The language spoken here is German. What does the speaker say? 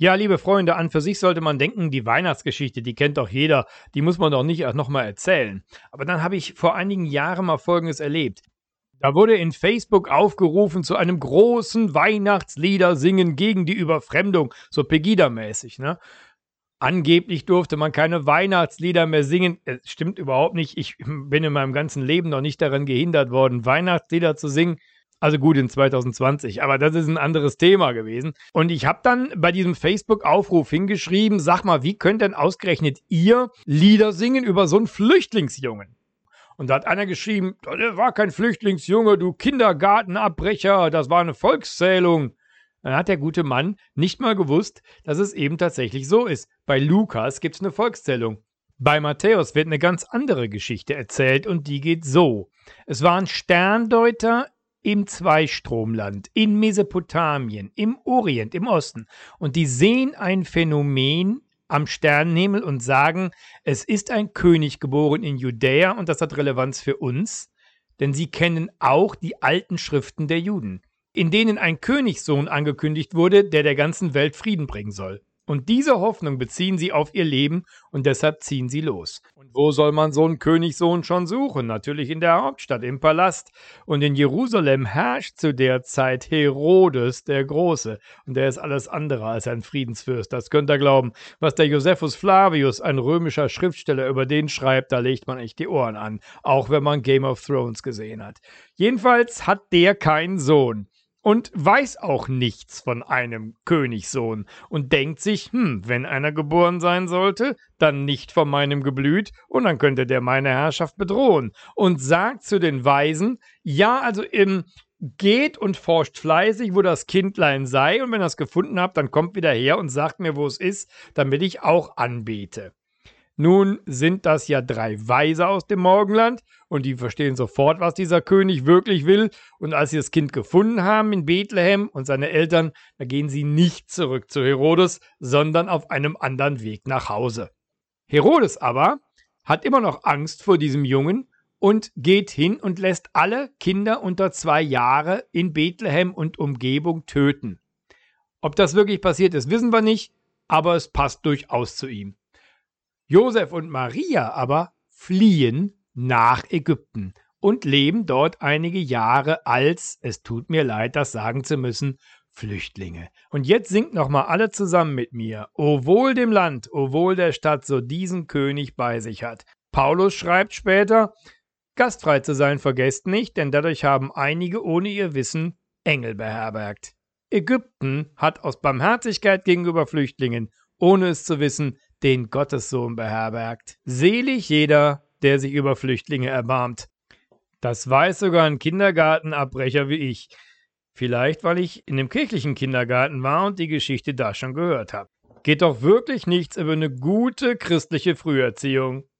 Ja, liebe Freunde, an für sich sollte man denken, die Weihnachtsgeschichte, die kennt doch jeder, die muss man doch nicht erst nochmal erzählen. Aber dann habe ich vor einigen Jahren mal Folgendes erlebt. Da wurde in Facebook aufgerufen zu einem großen Weihnachtsliedersingen gegen die Überfremdung, so Pegida-mäßig, ne? Angeblich durfte man keine Weihnachtslieder mehr singen. Es stimmt überhaupt nicht. Ich bin in meinem ganzen Leben noch nicht daran gehindert worden, Weihnachtslieder zu singen. Also gut, in 2020, aber das ist ein anderes Thema gewesen. Und ich habe dann bei diesem Facebook-Aufruf hingeschrieben, sag mal, wie könnt denn ausgerechnet ihr Lieder singen über so einen Flüchtlingsjungen? Und da hat einer geschrieben, das war kein Flüchtlingsjunge, du Kindergartenabbrecher, das war eine Volkszählung. Dann hat der gute Mann nicht mal gewusst, dass es eben tatsächlich so ist. Bei Lukas gibt es eine Volkszählung. Bei Matthäus wird eine ganz andere Geschichte erzählt und die geht so. Es waren Sterndeuter im Zweistromland, in Mesopotamien, im Orient, im Osten. Und die sehen ein Phänomen am Sternenhimmel und sagen, es ist ein König geboren in Judäa und das hat Relevanz für uns, denn sie kennen auch die alten Schriften der Juden, in denen ein Königssohn angekündigt wurde, der ganzen Welt Frieden bringen soll. Und diese Hoffnung beziehen sie auf ihr Leben und deshalb ziehen sie los. Und wo soll man so einen Königssohn schon suchen? Natürlich in der Hauptstadt, im Palast. Und in Jerusalem herrscht zu der Zeit Herodes der Große. Und der ist alles andere als ein Friedensfürst. Das könnt ihr glauben. Was der Josephus Flavius, ein römischer Schriftsteller, über den schreibt, da legt man echt die Ohren an. Auch wenn man Game of Thrones gesehen hat. Jedenfalls hat der keinen Sohn. Und weiß auch nichts von einem Königssohn und denkt sich, wenn einer geboren sein sollte, dann nicht von meinem Geblüt und dann könnte der meine Herrschaft bedrohen. Und sagt zu den Weisen, ja, also geht und forscht fleißig, wo das Kindlein sei und wenn ihr es gefunden habt, dann kommt wieder her und sagt mir, wo es ist, damit ich auch anbete. Nun sind das ja 3 Weise aus dem Morgenland und die verstehen sofort, was dieser König wirklich will. Und als sie das Kind gefunden haben in Bethlehem und seine Eltern, da gehen sie nicht zurück zu Herodes, sondern auf einem anderen Weg nach Hause. Herodes aber hat immer noch Angst vor diesem Jungen und geht hin und lässt alle Kinder unter 2 Jahre in Bethlehem und Umgebung töten. Ob das wirklich passiert ist, wissen wir nicht, aber es passt durchaus zu ihm. Josef und Maria aber fliehen nach Ägypten und leben dort einige Jahre als, es tut mir leid, das sagen zu müssen, Flüchtlinge. Und jetzt singt nochmal alle zusammen mit mir. O wohl dem Land, o wohl der Stadt, so diesen König bei sich hat. Paulus schreibt später, gastfrei zu sein vergesst nicht, denn dadurch haben einige ohne ihr Wissen Engel beherbergt. Ägypten hat aus Barmherzigkeit gegenüber Flüchtlingen, ohne es zu wissen, den Gottessohn beherbergt. Selig jeder, der sich über Flüchtlinge erbarmt. Das weiß sogar ein Kindergartenabbrecher wie ich. Vielleicht, weil ich in dem kirchlichen Kindergarten war und die Geschichte da schon gehört habe. Geht doch wirklich nichts über eine gute christliche Früherziehung.